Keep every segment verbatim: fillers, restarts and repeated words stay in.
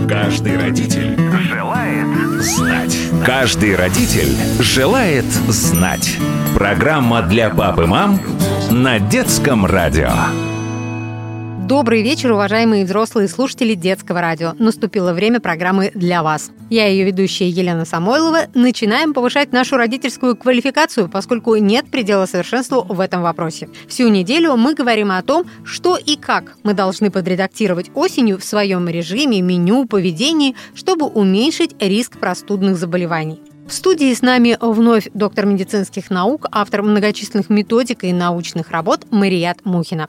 Каждый родитель желает знать. Каждый родитель желает знать. Программа для пап и мам на Детском радио. Добрый вечер, уважаемые взрослые слушатели Детского радио. Наступило время программы «Для вас». Я ее ведущая Елена Самойлова. Начинаем повышать нашу родительскую квалификацию, поскольку нет предела совершенству в этом вопросе. Всю неделю мы говорим о том, что и как мы должны подредактировать осенью в своем режиме, меню, поведении, чтобы уменьшить риск простудных заболеваний. В студии с нами вновь доктор медицинских наук, автор многочисленных методик и научных работ Марият Мухина.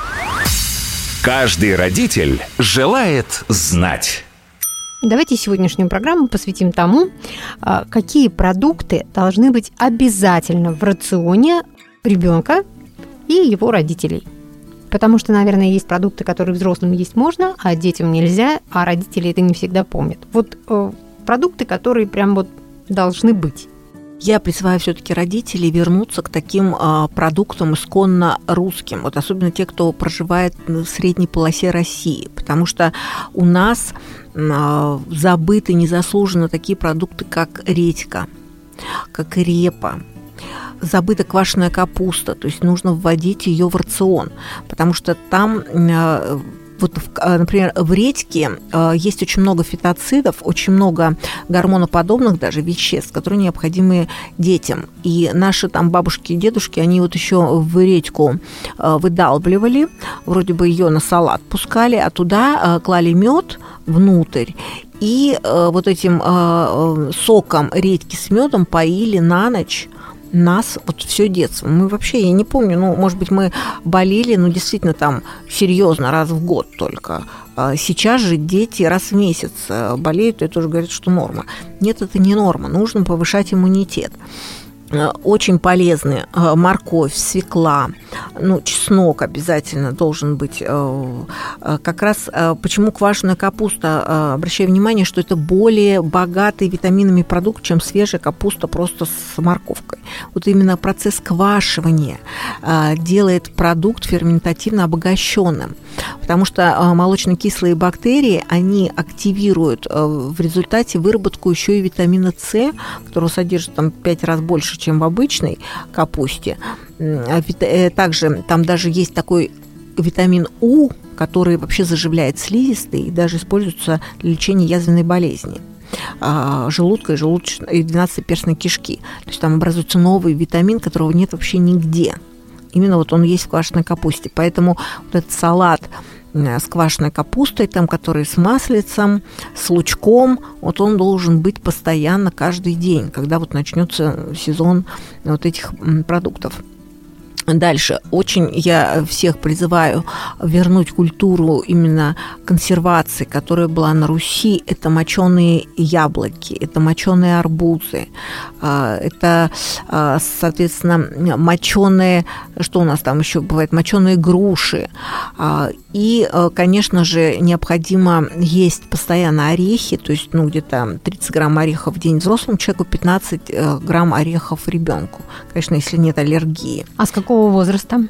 Каждый родитель желает знать. Давайте сегодняшнюю программу посвятим тому, какие продукты должны быть обязательно в рационе ребенка и его родителей. Потому что, наверное, есть продукты, которые взрослым есть можно, а детям нельзя, а родители это не всегда помнят. Вот э, продукты, которые прям вот должны быть. Я призываю все-таки родителей вернуться к таким а, продуктам исконно русским, вот особенно те, кто проживает в средней полосе России, потому что у нас а, забыты незаслуженно такие продукты, как редька, как репа. Забыта квашеная капуста, то есть нужно вводить ее в рацион, потому что там... А, Вот, например, в редьке есть очень много фитоцидов, очень много гормоноподобных даже веществ, которые необходимы детям. И наши там бабушки и дедушки, они вот еще в редьку выдалбливали, вроде бы ее на салат пускали, а туда клали мед внутрь. И вот этим соком редьки с медом поили на ночь нас вот все детство. Мы вообще, я не помню, ну, может быть, мы болели, ну, действительно, там, серьезно, раз в год только. Сейчас же дети раз в месяц болеют, и тоже говорят, что норма. Нет, это не норма, нужно повышать иммунитет. Очень полезны морковь, свекла, ну, чеснок обязательно должен быть. Как раз почему квашеная капуста, обращаю внимание, что это более богатый витаминами продукт, чем свежая капуста просто с морковкой. Вот именно процесс квашивания делает продукт ферментативно обогащенным, потому что молочно-кислые бактерии, они активируют в результате выработку еще и витамина С, которого содержит там пять раз больше, чем в обычной капусте. Также там даже есть такой витамин У, который вообще заживляет слизистые и даже используется для лечения язвенной болезни желудка и желудочной и двенадцатиперстной кишки. То есть там образуется новый витамин, которого нет вообще нигде. Именно вот он есть в квашеной капусте. Поэтому вот этот салат с квашеной капустой, там, который с маслицем, с лучком, вот он должен быть постоянно каждый день, когда вот начнется сезон вот этих продуктов. Дальше. Очень я всех призываю вернуть культуру именно консервации, которая была на Руси. Это моченые яблоки, это моченые арбузы, это, соответственно, моченые, что у нас там еще бывает, моченые груши. И, конечно же, необходимо есть постоянно орехи, то есть, ну, где-то тридцать грамм орехов в день взрослому человеку, пятнадцать грамм орехов ребенку. Конечно, если нет аллергии. А с какого возраста?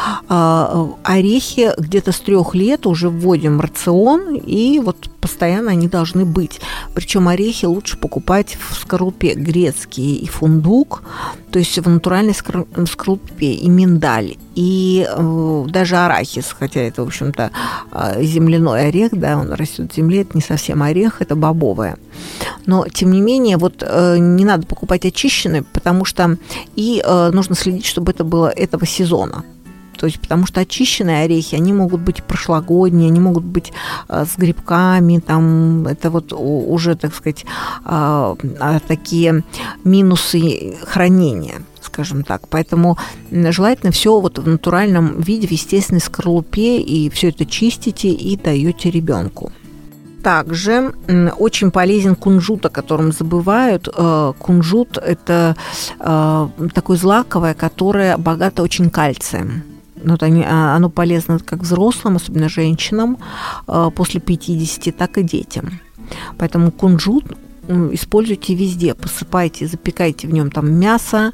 Орехи где-то с трех лет уже вводим в рацион, и вот постоянно они должны быть. Причем орехи лучше покупать в скорлупе, грецкий и фундук, то есть в натуральной скорлупе, и миндаль, и э, даже арахис, хотя это, в общем-то, земляной орех, да, он растет в земле, это не совсем орех, это бобовое. Но, тем не менее, вот э, не надо покупать очищенные, потому что и э, нужно следить, чтобы это было этого сезона. То есть, потому что очищенные орехи, они могут быть прошлогодние, они могут быть э, с грибками, там, это вот уже, так сказать, э, такие минусы хранения, скажем так. Поэтому желательно все вот в натуральном виде, в естественной скорлупе, и все это чистите и даете ребенку. Также очень полезен кунжут, о котором забывают. Кунжут – это такое злаковое, которое богато очень кальцием. Вот они, оно полезно как взрослым, особенно женщинам после пятидесяти, так и детям. Поэтому кунжут используйте везде, посыпайте, запекайте в нем там мясо,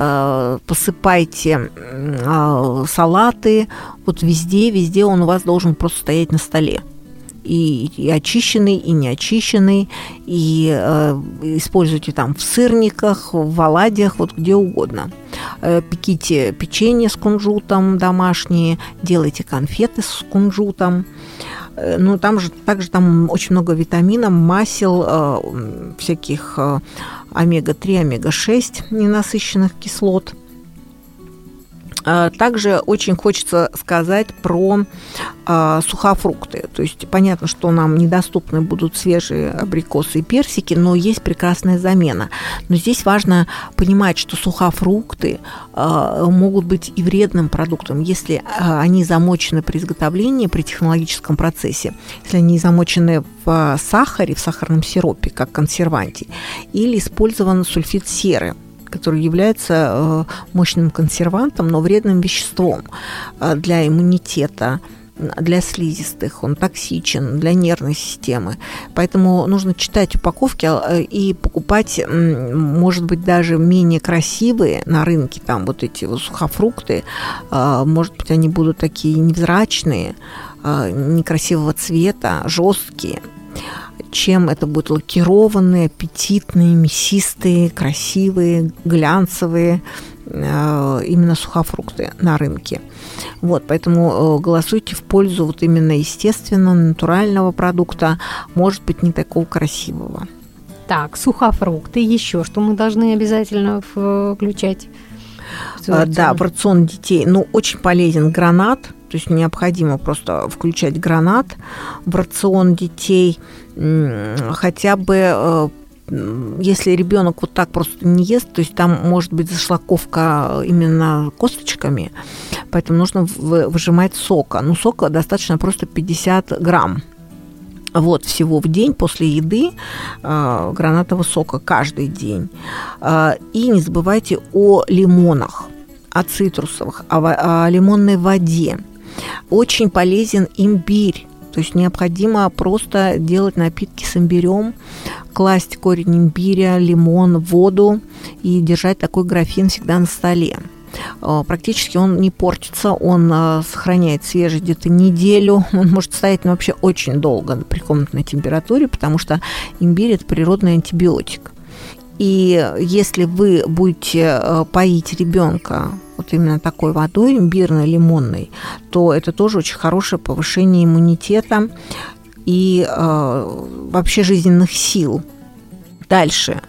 посыпайте салаты, вот везде, везде он у вас должен просто стоять на столе. и, и очищенный, и неочищенный, и э, используйте там в сырниках, в оладьях, вот где угодно. Э, пеките печенье с кунжутом домашние, делайте конфеты с кунжутом. Э, ну, там же также там очень много витаминов, масел, э, всяких э, омега три, омега шесть ненасыщенных кислот. Также очень хочется сказать про а, сухофрукты. То есть понятно, что нам недоступны будут свежие абрикосы и персики, но есть прекрасная замена. Но здесь важно понимать, что сухофрукты а, могут быть и вредным продуктом, если а, они замочены при изготовлении, при технологическом процессе, если они замочены в сахаре, в сахарном сиропе, как консерванте, или использован сульфид серы, который является мощным консервантом, но вредным веществом для иммунитета, для слизистых, он токсичен для нервной системы. Поэтому нужно читать упаковки и покупать, может быть, даже менее красивые на рынке, там вот эти вот сухофрукты, может быть, они будут такие невзрачные, некрасивого цвета, жесткие, чем это будут лакированные, аппетитные, мясистые, красивые, глянцевые э, именно сухофрукты на рынке. Вот, поэтому э, голосуйте в пользу вот именно естественного, натурального продукта, может быть, не такого красивого. Так, сухофрукты, еще что мы должны обязательно включать? В да, в рацион детей. Ну, очень полезен гранат, то есть необходимо просто включать гранат в рацион детей, хотя бы если ребенок вот так просто не ест, то есть там может быть зашлаковка именно косточками, поэтому нужно выжимать сока. Ну, сока достаточно просто пятьдесят грамм. Вот, всего в день после еды э, гранатового сока каждый день. Э, и не забывайте о лимонах, о цитрусовых, о, о лимонной воде. Очень полезен имбирь. То есть необходимо просто делать напитки с имбирем, класть корень имбиря, лимон, воду и держать такой графин всегда на столе. Практически он не портится, он сохраняет свежесть где-то неделю, он может стоять ну, вообще очень долго при комнатной температуре, потому что имбирь – это природный антибиотик. И если вы будете поить ребенка вот именно такой водой, имбирной, лимонной, то это тоже очень хорошее повышение иммунитета и э, вообще жизненных сил. Дальше.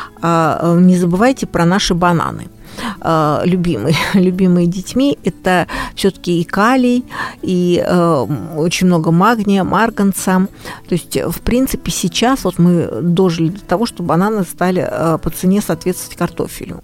Э, не забывайте про наши бананы. Любимые, любимые детьми, это все-таки и калий, и э, очень много магния, марганца. То есть, в принципе, сейчас вот мы дожили до того, что бананы стали э, по цене соответствовать картофелю.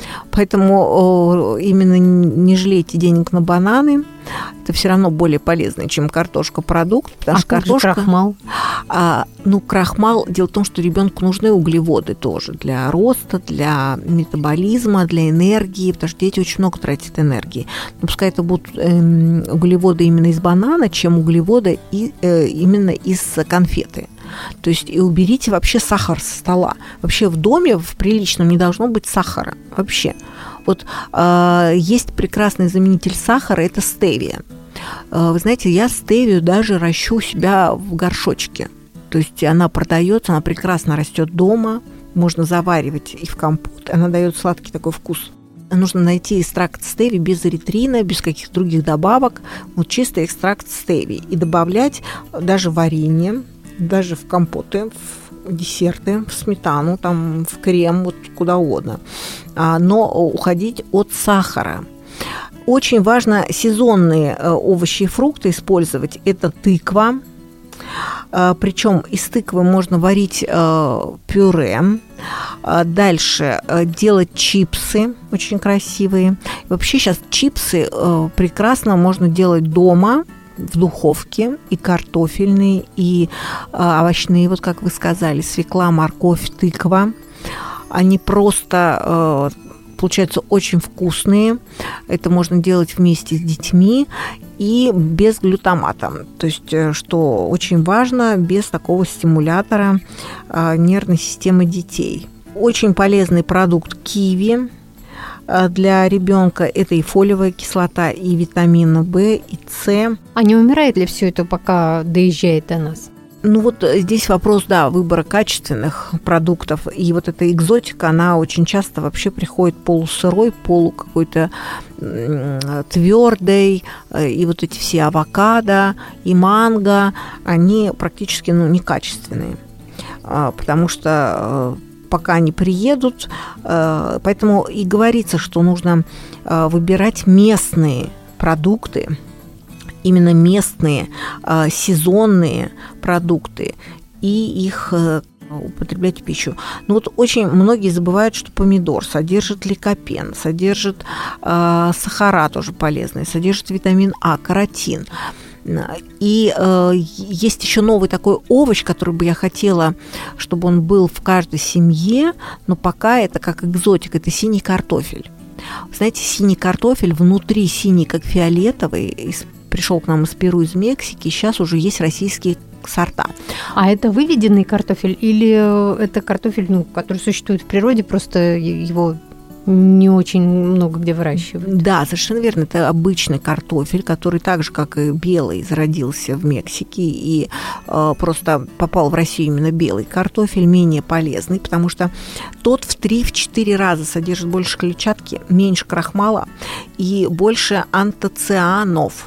Поэтому э, именно не жалейте денег на бананы. Это все равно более полезно, чем картошка продукт, потому а что картошка. Крахмал? А, ну, крахмал. Дело в том, что ребенку нужны углеводы тоже для роста, для метаболизма, для энергии, потому что дети очень много тратят энергии. Но пускай это будут э, углеводы именно из банана, чем углеводы и, э, именно из конфеты. То есть и уберите вообще сахар со стола. Вообще в доме в приличном не должно быть сахара вообще. Вот э, есть прекрасный заменитель сахара, это стевия. Э, вы знаете, я стевию даже ращу у себя в горшочке. То есть она продается, она прекрасно растет дома, можно заваривать и в компот. Она дает сладкий такой вкус. Нужно найти экстракт стевии без эритрина, без каких-то других добавок. Вот чистый экстракт стевии. И добавлять даже в варенье, даже в компоты, в десерты, в сметану, там, в крем, вот куда угодно. Но уходить от сахара. Очень важно сезонные овощи и фрукты использовать. Это тыква. Причем из тыквы можно варить пюре. Дальше делать чипсы очень красивые. Вообще сейчас чипсы прекрасно можно делать дома, в духовке, и картофельные, и а, овощные, вот как вы сказали, свекла, морковь, тыква. Они просто а, получаются очень вкусные. Это можно делать вместе с детьми и без глютамата. То есть, что очень важно, без такого стимулятора а, нервной системы детей. Очень полезный продукт киви. для ребенка. Это и фолиевая кислота, и витамины В, и С. А не умирает ли все это, пока доезжает до нас? Ну вот здесь вопрос, да, выбора качественных продуктов. И вот эта экзотика, она очень часто вообще приходит полусырой, полу какой-то твердой. И вот эти все авокадо и манго, они практически ну, некачественные. Потому что пока они приедут, поэтому и говорится, что нужно выбирать местные продукты, именно местные, сезонные продукты и их употреблять в пищу. Но вот очень многие забывают, что помидор содержит ликопен, содержит сахара тоже полезные, содержит витамин А, каротин. И э, есть еще новый такой овощ, который бы я хотела, чтобы он был в каждой семье, но пока это как экзотик, это синий картофель. Вы знаете, синий картофель внутри синий, как фиолетовый, из, пришел к нам из Перу, из Мексики, сейчас уже есть российские сорта. А это выведенный картофель или это картофель, ну, который существует в природе, просто его не очень много где выращивают? Да, совершенно верно. Это обычный картофель, который так же, как и белый, зародился в Мексике и э, просто попал в Россию именно белый картофель, менее полезный, потому что тот в три-четыре раза содержит больше клетчатки, меньше крахмала и больше антоцианов.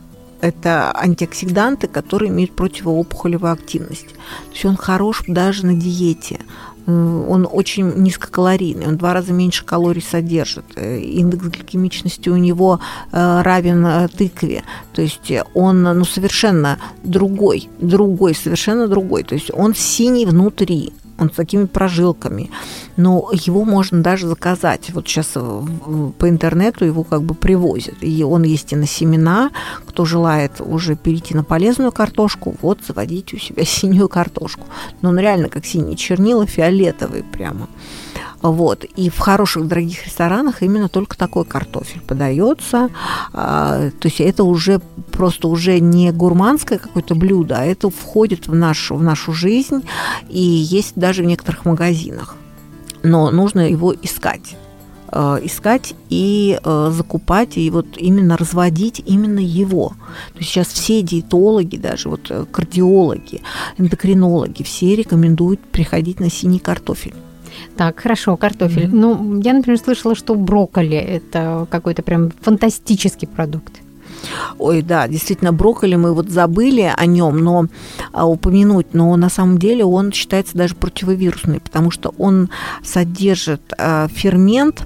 Это антиоксиданты, которые имеют противоопухолевую активность. То есть он хорош даже на диете. Он очень низкокалорийный, он в два раза меньше калорий содержит. Индекс гликемичности у него равен тыкве. То есть он ну, совершенно другой, другой, совершенно другой. То есть он синий внутри, он с такими прожилками. Но его можно даже заказать. Вот сейчас по интернету его как бы привозят. И он есть и на семена. Кто желает уже перейти на полезную картошку, вот заводите у себя синюю картошку. Но он реально как синий чернила, фиолетовый прямо. Вот. И в хороших дорогих ресторанах именно только такой картофель подается. То есть это уже просто уже не гурманское какое-то блюдо, а это входит в нашу, в нашу жизнь и есть даже в некоторых магазинах. Но нужно его искать. искать и закупать, и вот именно разводить именно его. То есть сейчас все диетологи, даже вот кардиологи, эндокринологи, все рекомендуют приходить на синий картофель. Так, хорошо, картофель. Mm-hmm. Ну, я, например, слышала, что брокколи – это какой-то прям фантастический продукт. Ой, да, действительно, брокколи мы вот забыли о нем, но а, упомянуть, но на самом деле он считается даже противовирусный, потому что он содержит а, фермент,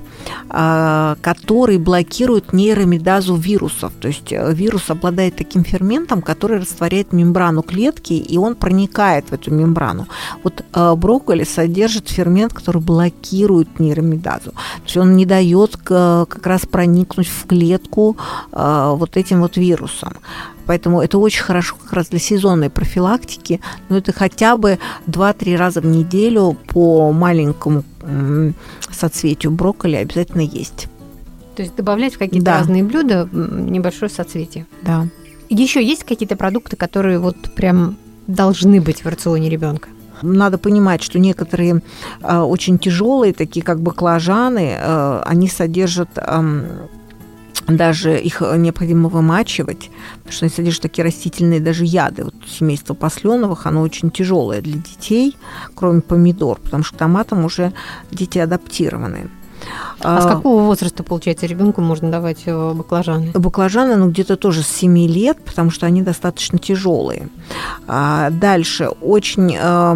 а, который блокирует нейромедазу вирусов. То есть вирус обладает таким ферментом, который растворяет мембрану клетки, и он проникает в эту мембрану. Вот а, брокколи содержит фермент, который блокирует нейромедазу. То есть он не дает а, как раз проникнуть в клетку а, вот этим вот вирусом. Поэтому это очень хорошо как раз для сезонной профилактики, но это хотя бы два-три раза в неделю по маленькому соцветию брокколи обязательно есть. То есть добавлять в какие-то да. разные блюда небольшое соцветие. Да. Еще есть какие-то продукты, которые вот прям должны быть в рационе ребенка? Надо понимать, что некоторые э, очень тяжелые, такие как баклажаны, э, они содержат э, даже их необходимо вымачивать, потому что они содержат такие растительные даже яды. Вот семейство посленовых, оно очень тяжелое для детей, кроме помидор, потому что к томатам уже дети адаптированы. А с какого возраста, получается, ребенку можно давать баклажаны? Баклажаны, ну, где-то тоже с семи лет, потому что они достаточно тяжелые. А дальше очень...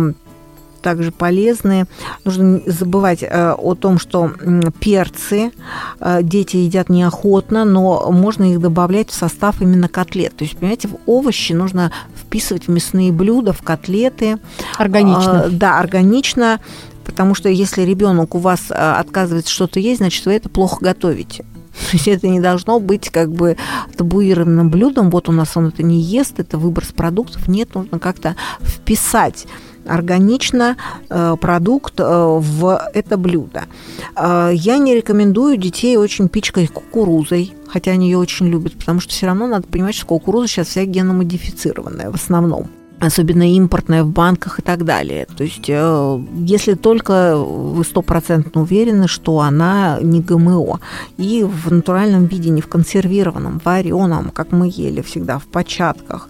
также полезные. Нужно не забывать э, о том, что э, перцы э, дети едят неохотно, но можно их добавлять в состав именно котлет. То есть, понимаете, в овощи нужно вписывать в мясные блюда, в котлеты. Органично. Э, да, органично, потому что если ребенок у вас э, отказывается что-то есть, значит, вы это плохо готовите. То есть это не должно быть как бы табуированным блюдом. Вот у нас он это не ест, это выброс продуктов. Нет, нужно как-то вписать органично э, продукт э, в это блюдо. Э, я не рекомендую детей очень пичкать кукурузой, хотя они ее очень любят, потому что все равно надо понимать, что кукуруза сейчас вся геномодифицированная в основном. особенно импортное в банках и так далее. То есть, если только вы стопроцентно уверены, что она не ГМО, и в натуральном виде, не в консервированном, вареном, как мы ели всегда, в початках,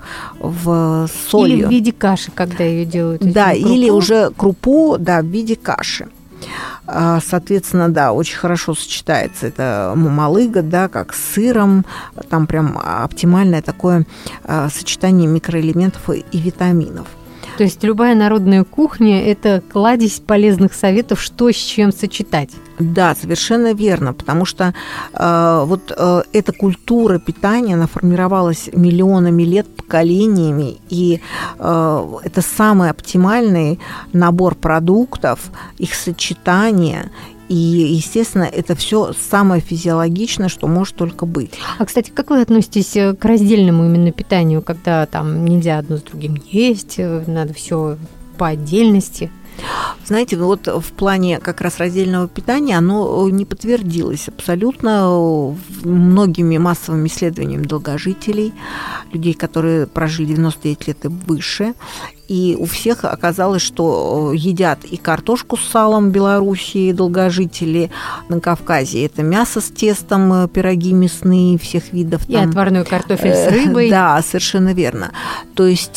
в солью. Или в виде каши, когда ее делают. Да, или уже крупу, да, в виде каши. Соответственно, да, очень хорошо сочетается это мамалыга, да, как с сыром. Там прям оптимальное такое сочетание микроэлементов и витаминов. То есть любая народная кухня – это кладезь полезных советов, что с чем сочетать. Да, совершенно верно, потому что э, вот э, эта культура питания, она формировалась миллионами лет, поколениями, и э, это самый оптимальный набор продуктов, их сочетание. И, естественно, это все самое физиологичное, что может только быть. А, кстати, как вы относитесь к раздельному именно питанию, когда там нельзя одно с другим есть, надо все по отдельности? Знаете, вот в плане как раз раздельного питания оно не подтвердилось абсолютно многими массовыми исследованиями долгожителей, людей, которые прожили девяносто девять лет и выше. И у всех оказалось, что едят и картошку с салом в Белоруссии, долгожители на Кавказе. Это мясо с тестом, пироги мясные всех видов. И там, отварной картофель с рыбой. Да, совершенно верно. То есть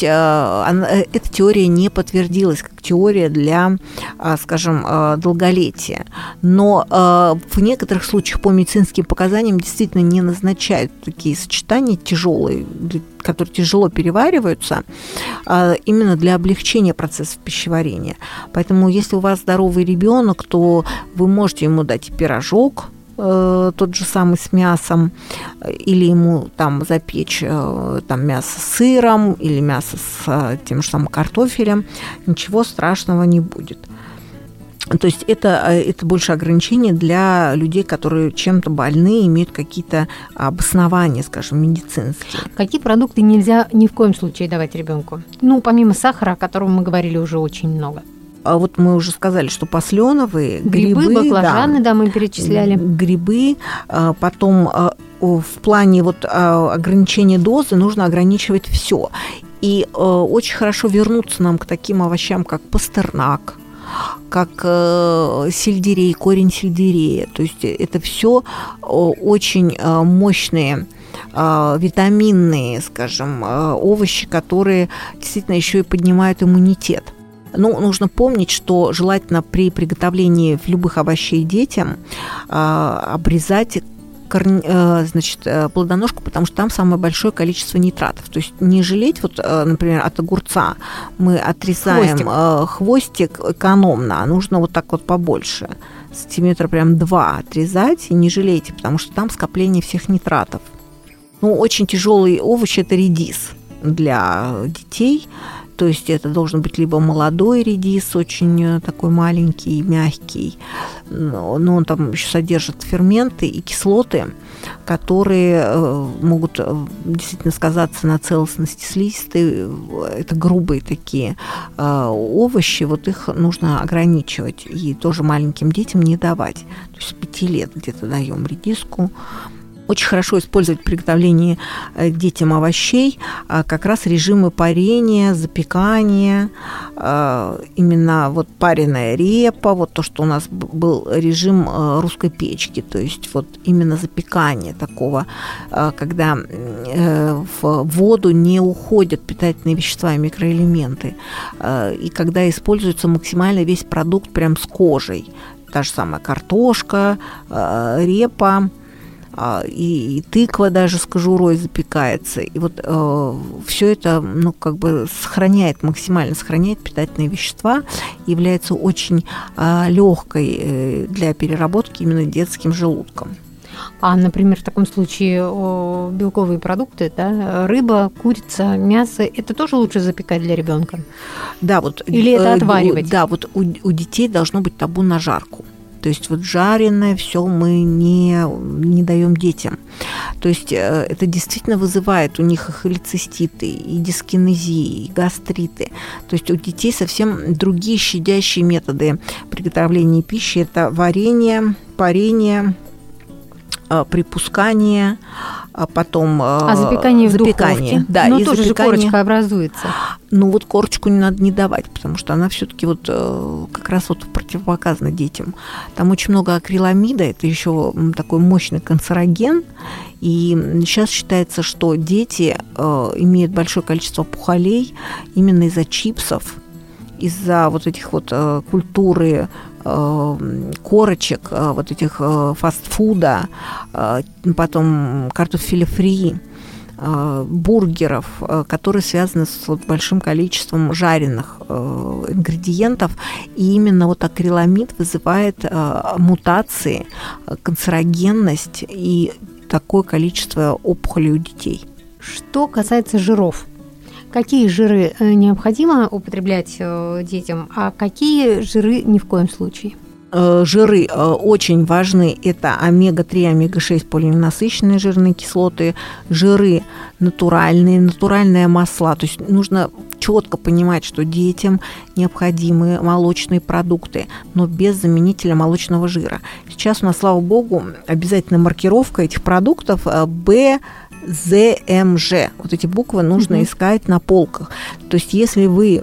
эта теория не подтвердилась как теория для, скажем, долголетия. Но в некоторых случаях по медицинским показаниям действительно не назначают такие сочетания тяжелые, которые тяжело перевариваются, именно для облегчения процессов пищеварения. Поэтому, если у вас здоровый ребенок, то вы можете ему дать пирожок, тот же самый с мясом, или ему там запечь там, мясо с сыром, или мясо с тем же самым картофелем. Ничего страшного не будет. То есть это, это больше ограничение для людей, которые чем-то больны, имеют какие-то обоснования, скажем, медицинские. Какие продукты нельзя ни в коем случае давать ребенку? Ну, помимо сахара, о котором мы говорили уже очень много. А вот мы уже сказали, что посленовые, грибы, грибы, баклажаны, да, да, мы перечисляли. Грибы, потом в плане вот ограничения дозы нужно ограничивать все. И очень хорошо вернуться нам к таким овощам, как пастернак, как э, сельдерей, корень сельдерея. То есть это все очень э, мощные э, витаминные, скажем, э, овощи, которые действительно еще и поднимают иммунитет. Ну, нужно помнить, что желательно при приготовлении любых овощей детям э, обрезать Корн, значит, плодоножку, потому что там самое большое количество нитратов. То есть не жалеть, вот, например, от огурца мы отрезаем хвостик, хвостик экономно, а нужно вот так вот побольше, сантиметра прям два отрезать, и не жалейте, потому что там скопление всех нитратов. Ну, очень тяжелый овощ – это редис для детей. То есть это должен быть либо молодой редис, очень такой маленький, мягкий, но он там еще содержит ферменты и кислоты, которые могут действительно сказаться на целостности слизистой. Это грубые такие овощи, вот их нужно ограничивать и тоже маленьким детям не давать. То есть с пяти лет где-то даем редиску. Очень хорошо использовать в приготовлении детям овощей как раз режимы парения, запекания, именно вот пареная репа, вот то, что у нас был режим русской печки, то есть вот именно запекание такого, когда в воду не уходят питательные вещества и микроэлементы, и когда используется максимально весь продукт прям с кожей, та же самая картошка, репа, И, и тыква даже с кожурой запекается. И вот э, все это, ну, как бы сохраняет, максимально сохраняет питательные вещества, является очень э, легкой э, для переработки именно детским желудком. А, например, в таком случае белковые продукты, да, рыба, курица, мясо, это тоже лучше запекать для ребенка? Да, вот. Или это отваривать? Э, да, вот у, у детей должно быть табу на жарку. То есть вот жареное все мы не, не даем детям. То есть это действительно вызывает у них и холециститы, и дискинезии, и гастриты. То есть у детей совсем другие щадящие методы приготовления пищи. Это варенье, парение, припускание, а потом а запекание в запекание. духовке, Да, но и тоже запекание. же корочка образуется. Ну вот корочку не надо не давать, потому что она все-таки вот как раз вот противопоказана детям. Там очень много акриламида, это еще такой мощный канцероген. И сейчас считается, что дети имеют большое количество опухолей именно из-за чипсов, из-за вот этих вот культуры корочек, вот этих фастфуда, потом картофеля фри, бургеров, которые связаны с вот большим количеством жареных ингредиентов. И именно вот акриламид вызывает мутации, канцерогенность и такое количество опухолей у детей. Что касается жиров, какие жиры необходимо употреблять детям, а какие жиры ни в коем случае? Жиры очень важны. Это омега три, омега шесть полиненасыщенные жирные кислоты, жиры натуральные, натуральные масла. То есть нужно четко понимать, что детям необходимы молочные продукты, но без заменителя молочного жира. Сейчас у нас, слава богу, обязательно маркировка этих продуктов бэ зэ эм жэ. Вот эти буквы нужно mm-hmm. искать на полках. То есть, если вы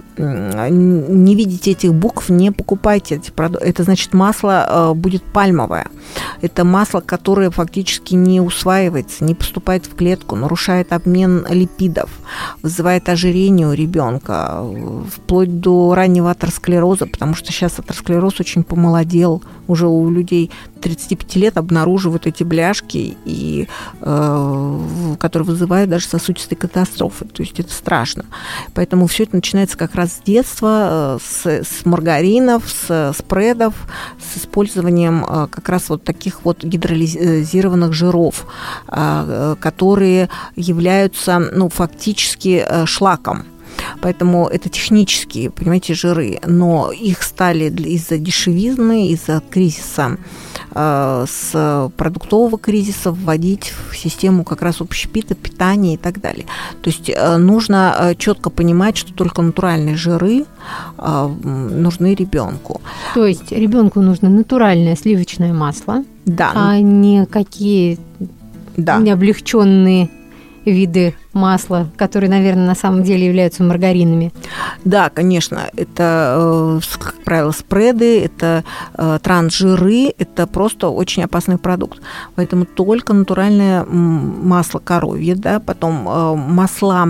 не видите этих букв, не покупайте эти продукты. Это значит, масло будет пальмовое. Это масло, которое фактически не усваивается, не поступает в клетку, нарушает обмен липидов, вызывает ожирение у ребенка, вплоть до раннего атеросклероза, потому что сейчас атеросклероз очень помолодел. Уже у людей тридцати пяти лет обнаруживают эти бляшки, и, э, которые вызывают даже сосудистые катастрофы. То есть это страшно. Поэтому все это начинается как раз с детства, с, с маргаринов, с спредов, с использованием э, как раз вот таких вот гидролизированных жиров, э, которые являются, ну, фактически э, шлаком. Поэтому это технические, понимаете, жиры, но их стали из-за дешевизны, из-за кризиса, э, с продуктового кризиса вводить в систему как раз общепита, питания и так далее. То есть э, нужно четко понимать, что только натуральные жиры э, нужны ребенку. То есть ребенку нужно натуральное сливочное масло, да, а не какие да. облегченные виды масла, которые, наверное, на самом деле являются маргаринами. Да, конечно, это, как правило, спреды, это трансжиры, это просто очень опасный продукт. Поэтому только натуральное масло коровье, да, потом масла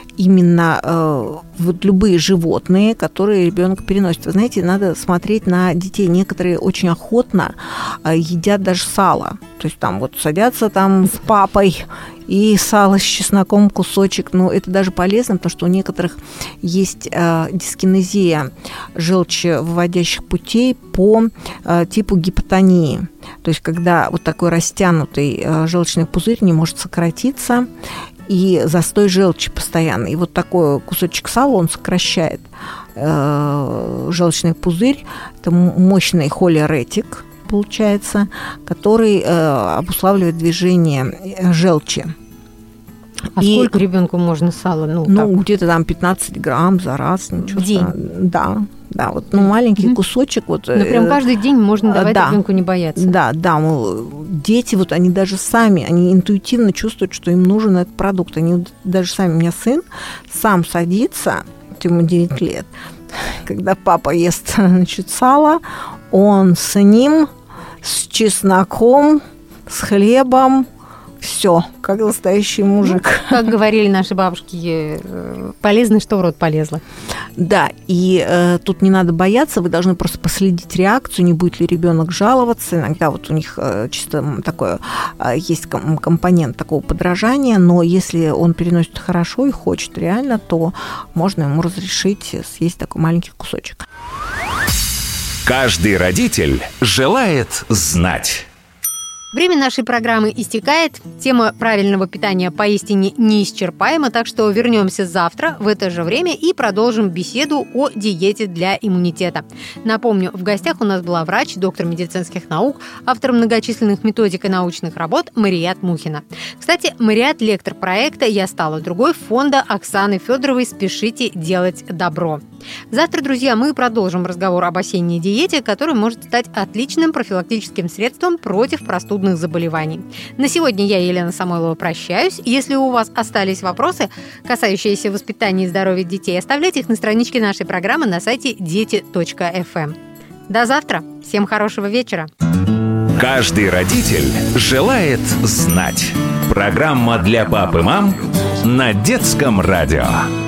именно вот любые животные, которые ребенок переносит. Вы знаете, надо смотреть на детей. Некоторые очень охотно едят даже сало. То есть там вот садятся там с папой и сало с чесноком, кусочек. Но это даже полезно, потому что у некоторых есть дискинезия желчевыводящих путей по типу гипотонии. То есть когда вот такой растянутый желчный пузырь не может сократиться, и застой желчи постоянно. И вот такой кусочек сала, он сокращает э, желчный пузырь. Это мощный холеретик, получается, который э, обуславливает движение желчи. А и, сколько ребенку можно сала? Ну, ну где-то там пятнадцать грамм за раз. Ничего в день? Страшного. Да. Да, вот ну, маленький mm-hmm. кусочек. Вот, ну, прям каждый день можно давать да, ребенку не бояться. Да, да. Мол, дети, вот они даже сами, они интуитивно чувствуют, что им нужен этот продукт. Они даже сами, у меня сын сам садится, ему девять лет, когда папа ест, значит, сало, он с ним, с чесноком, с хлебом, все, как настоящий мужик. Ну, как говорили наши бабушки, полезно, что в рот полезло. Да, и э, тут не надо бояться, вы должны просто последить реакцию, не будет ли ребенок жаловаться. Иногда вот у них э, чисто такое, э, есть ком- компонент такого подражания, но если он переносит хорошо и хочет реально, то можно ему разрешить съесть такой маленький кусочек. Каждый родитель желает знать. Время нашей программы истекает. Тема правильного питания поистине неисчерпаема, так что вернемся завтра в это же время и продолжим беседу о диете для иммунитета. Напомню, в гостях у нас была врач, доктор медицинских наук, автор многочисленных методик и научных работ Марият Мухина. Кстати, Марият – лектор проекта «Я стала другой» фонда Оксаны Федоровой «Спешите делать добро». Завтра, друзья, мы продолжим разговор об осенней диете, которая может стать отличным профилактическим средством против простудных заболеваний. На сегодня я, Елена Самойлова, прощаюсь. Если у вас остались вопросы, касающиеся воспитания и здоровья детей, оставляйте их на страничке нашей программы на сайте дети точка эф эм. До завтра. Всем хорошего вечера. Каждый родитель желает знать. Программа для пап и мам на Детском радио.